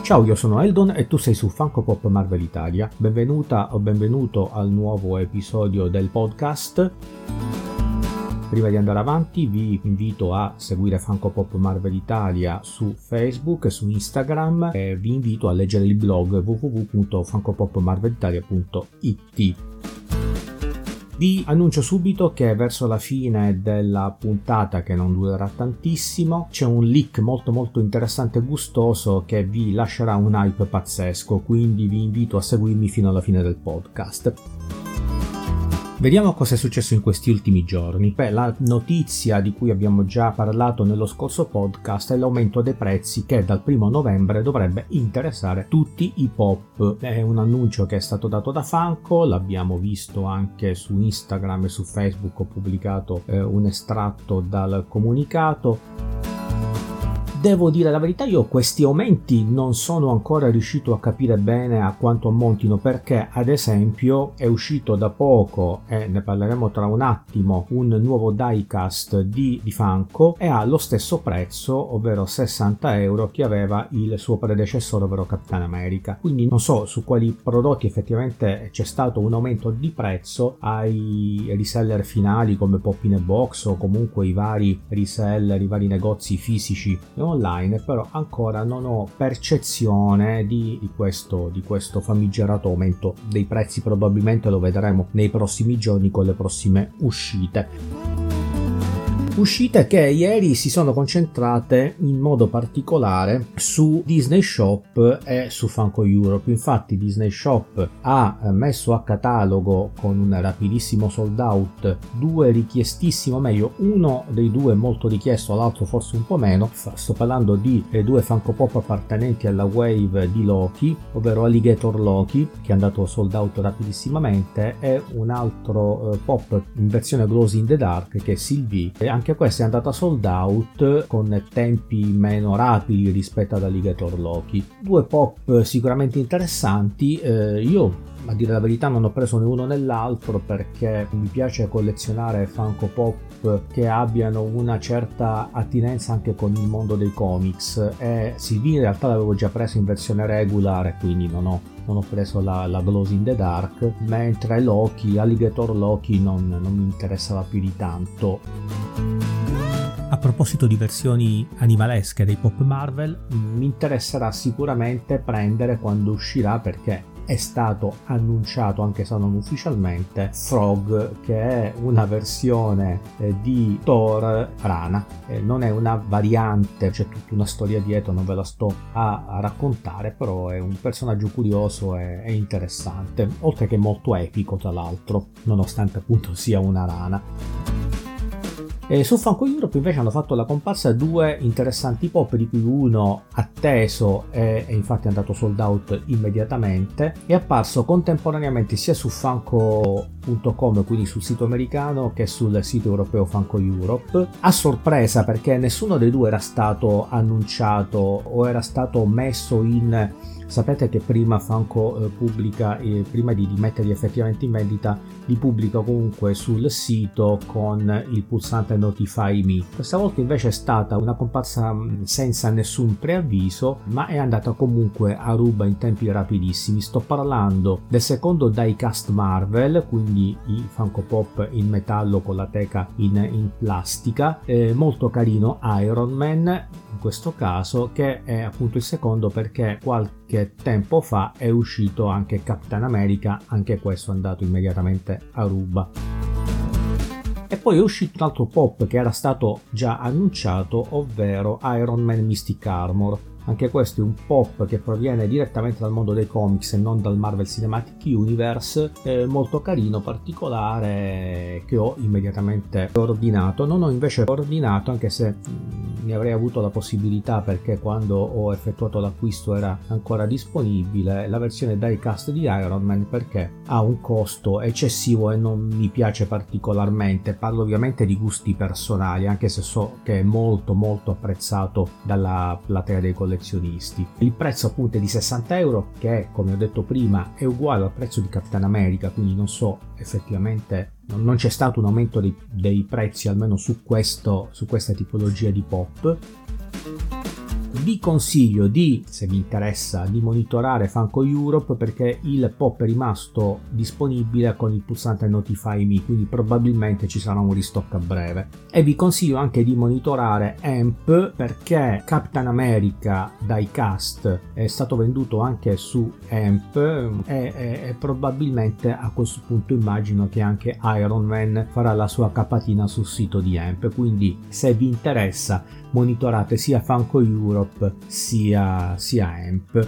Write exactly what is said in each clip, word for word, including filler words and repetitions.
Ciao, io sono Eldon e tu sei su Funko Pop Marvel Italia. Benvenuta o benvenuto al nuovo episodio del podcast. Prima di andare avanti vi invito a seguire Funko Pop Marvel Italia su Facebook e su Instagram e vi invito a leggere il blog w w w punto funko pop marvel italia punto i t. Vi annuncio subito che verso la fine della puntata, che non durerà tantissimo, c'è un leak molto molto interessante e gustoso che vi lascerà un hype pazzesco, quindi vi invito a seguirmi fino alla fine del podcast. Vediamo cosa è successo in questi ultimi giorni. Beh, la notizia di cui abbiamo già parlato nello scorso podcast è l'aumento dei prezzi che dal primo novembre dovrebbe interessare tutti i pop. È un annuncio che è stato dato da Funko, l'abbiamo visto anche su Instagram e su Facebook, ho pubblicato eh, un estratto dal comunicato. Devo dire la verità, io questi aumenti non sono ancora riuscito a capire bene a quanto ammontino, perché ad esempio è uscito da poco, e ne parleremo tra un attimo, un nuovo diecast di, di Funko e ha lo stesso prezzo, ovvero sessanta euro, che aveva il suo predecessore, ovvero Capitan America. Quindi non so su quali prodotti effettivamente c'è stato un aumento di prezzo. Ai reseller finali come Pop in a Box o comunque i vari reseller, i vari negozi fisici online, però ancora non ho percezione di, di questo di questo famigerato aumento dei prezzi. Probabilmente lo vedremo nei prossimi giorni con le prossime uscite. Uscite che ieri si sono concentrate in modo particolare su Disney Shop e su Funko Europe. Infatti Disney Shop ha messo a catalogo con un rapidissimo sold out due richiestissimo, meglio uno dei due molto richiesto, l'altro forse un po' meno. Sto parlando di due Funko Pop appartenenti alla wave di Loki, ovvero Alligator Loki, che è andato sold out rapidissimamente, e un altro eh, pop in versione Glows in the Dark che è Sylvie. E anche questa è andata sold out con tempi meno rapidi rispetto ad Alligator Loki. Due pop sicuramente interessanti. Eh, io a dire la verità non ho preso né uno né l'altro perché mi piace collezionare Funko Pop che abbiano una certa attinenza anche con il mondo dei comics, e Sylvie in realtà l'avevo già preso in versione regulare, quindi non ho non ho preso la, la Glows in the Dark, mentre Loki, Alligator Loki non, non mi interessava più di tanto. A proposito di versioni animalesche dei pop Marvel, mi interesserà sicuramente prendere quando uscirà, perché è stato annunciato, anche se non ufficialmente, Frog, che è una versione eh, di Thor rana. Eh, non è una variante, c'è tutta una storia dietro, non ve la sto a, a raccontare, però è un personaggio curioso e, e interessante, oltre che molto epico tra l'altro, nonostante appunto sia una rana. E su Funko Europe invece hanno fatto la comparsa due interessanti pop, di cui uno atteso e, e infatti è andato sold out immediatamente. È apparso contemporaneamente sia su funko punto com, quindi sul sito americano, che sul sito europeo Funko Europe, a sorpresa, perché nessuno dei due era stato annunciato o era stato messo in... Sapete che prima Funko eh, pubblica, eh, prima di, di metterli effettivamente in vendita, li pubblica comunque sul sito con il pulsante Notify Me. Questa volta invece è stata una comparsa senza nessun preavviso, ma è andata comunque a ruba in tempi rapidissimi. Sto parlando del secondo diecast Marvel, quindi i Funko Pop in metallo con la teca in, in plastica, eh, molto carino Iron Man in questo caso, che è appunto il secondo perché qualche tempo fa è uscito anche Capitan America, anche questo è andato immediatamente a ruba. E poi è uscito un altro pop che era stato già annunciato, ovvero Iron Man Mystic Armor. Anche questo è un pop che proviene direttamente dal mondo dei comics e non dal Marvel Cinematic Universe, eh, molto carino, particolare, che ho immediatamente ordinato. Non ho invece ordinato, anche se ne avrei avuto la possibilità, perché quando ho effettuato l'acquisto era ancora disponibile, la versione diecast di Iron Man, perché ha un costo eccessivo e non mi piace particolarmente. Parlo ovviamente di gusti personali, anche se so che è molto molto apprezzato dalla platea dei collezionisti. Il prezzo appunto è di sessanta euro, che come ho detto prima è uguale al prezzo di Capitan America, quindi non so effettivamente, non c'è stato un aumento dei, dei prezzi almeno su questo, su questa tipologia di pop. Vi consiglio di, se vi interessa, di monitorare Funko Europe, perché il pop è rimasto disponibile con il pulsante Notify Me, quindi probabilmente ci sarà un restock a breve. E vi consiglio anche di monitorare A M P, perché Captain America Diecast è stato venduto anche su A M P e, e, e probabilmente a questo punto immagino che anche Iron Man farà la sua capatina sul sito di A M P, quindi se vi interessa monitorate sia Funko Europe sia, sia A M P.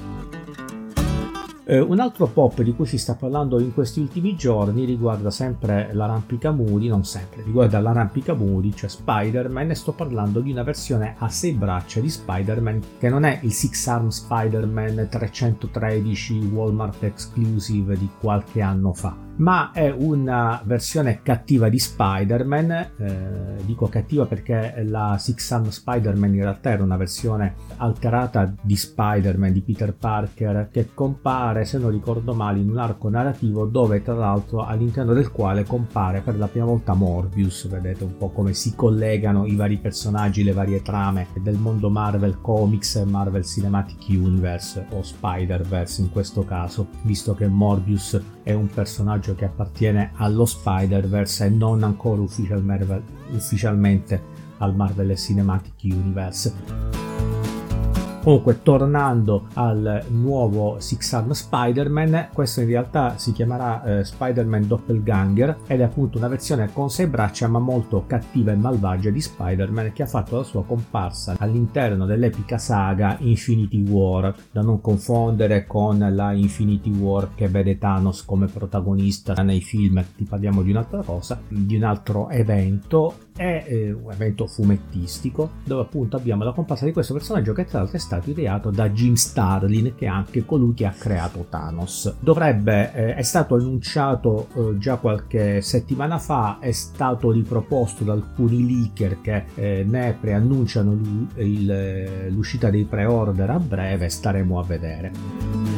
Eh, un altro pop di cui si sta parlando in questi ultimi giorni riguarda sempre l'arrampicamuri, non sempre, riguarda l'arrampicamuri, cioè Spider-Man, e sto parlando di una versione a sei braccia di Spider-Man che non è il Six Arm Spider-Man trecentotredici Walmart Exclusive di qualche anno fa, ma è una versione cattiva di Spider-Man. Eh, dico cattiva perché la Six Arm Spider-Man in realtà era una versione alterata di Spider-Man di Peter Parker, che compare, se non ricordo male, in un arco narrativo dove tra l'altro all'interno del quale compare per la prima volta Morbius. Vedete un po' come si collegano i vari personaggi, le varie trame del mondo Marvel Comics, Marvel Cinematic Universe o Spider-Verse in questo caso, visto che Morbius è un personaggio che appartiene allo Spider-Verse e non ancora ufficialmente, ufficialmente al Marvel Cinematic Universe. Comunque, tornando al nuovo Six Arm Spider-Man, questo in realtà si chiamerà eh, Spider-Man Doppelganger ed è appunto una versione con sei braccia ma molto cattiva e malvagia di Spider-Man, che ha fatto la sua comparsa all'interno dell'epica saga Infinity War, da non confondere con la Infinity War che vede Thanos come protagonista nei film. Ti parliamo di un'altra cosa, di un altro evento. È eh, un evento fumettistico dove appunto abbiamo la comparsa di questo personaggio che tra l'altro è stato ideato da Jim Starlin, che è anche colui che ha creato Thanos. Dovrebbe, eh, è stato annunciato eh, già qualche settimana fa, è stato riproposto da alcuni leaker che eh, ne preannunciano l- il, l'uscita dei pre-order a breve, staremo a vedere.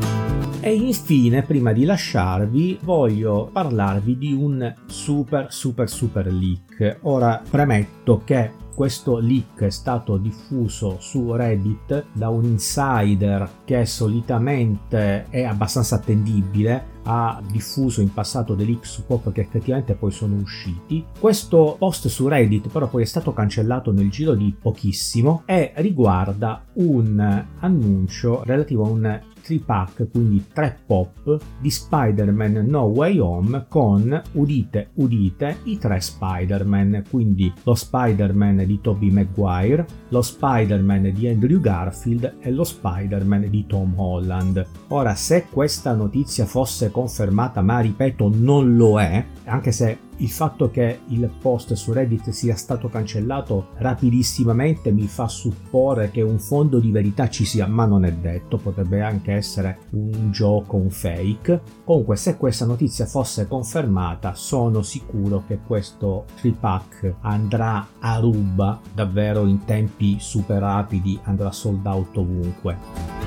E infine, prima di lasciarvi, voglio parlarvi di un super super super leak. Ora premetto che questo leak è stato diffuso su Reddit da un insider che solitamente è abbastanza attendibile, ha diffuso in passato dei leak su pop che effettivamente poi sono usciti. Questo post su Reddit però poi è stato cancellato nel giro di pochissimo e riguarda un annuncio relativo a un tre pack, quindi tre pop di Spider-Man No Way Home con, udite udite, i tre Spider-Man, quindi lo Spider-Man di Tobey Maguire, lo Spider-Man di Andrew Garfield e lo Spider-Man di Tom Holland. Ora, se questa notizia fosse confermata, ma ripeto non lo è, anche se il fatto che il post su Reddit sia stato cancellato rapidissimamente mi fa supporre che un fondo di verità ci sia, ma non è detto, potrebbe anche essere un gioco, un fake. Comunque, se questa notizia fosse confermata, sono sicuro che questo tre pack andrà a ruba davvero in tempi super rapidi, andrà sold out ovunque.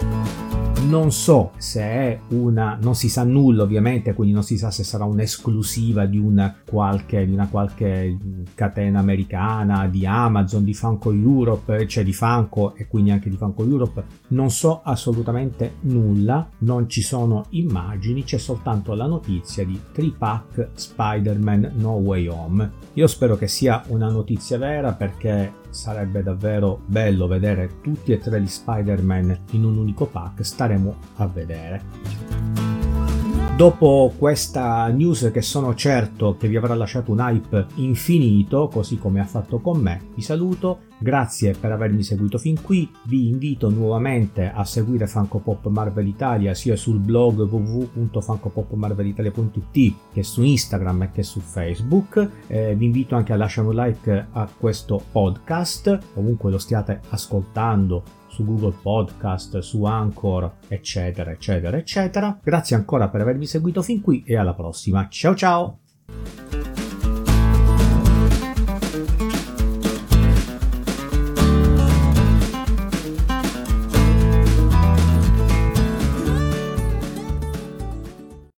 Non so se è una, non si sa nulla ovviamente, quindi non si sa se sarà un'esclusiva di una qualche, di una qualche catena americana, di Amazon, di Funko Europe, cioè di Funko e quindi anche di Funko Europe. Non so assolutamente nulla, non ci sono immagini, c'è soltanto la notizia di tre pack Spider-Man No Way Home. Io spero che sia una notizia vera, perché sarebbe davvero bello vedere tutti e tre gli Spider-Man in un unico pack. Staremo a vedere. Dopo questa news, che sono certo che vi avrà lasciato un hype infinito, così come ha fatto con me, vi saluto, grazie per avermi seguito fin qui, vi invito nuovamente a seguire Funko Pop Marvel Italia sia sul blog w w w punto funko pop marvel italia punto it che su Instagram e che su Facebook. Eh, vi invito anche a lasciare un like a questo podcast, ovunque lo stiate ascoltando, su Google Podcast, su Anchor, eccetera, eccetera, eccetera. Grazie ancora per avermi seguito fin qui e alla prossima. Ciao ciao!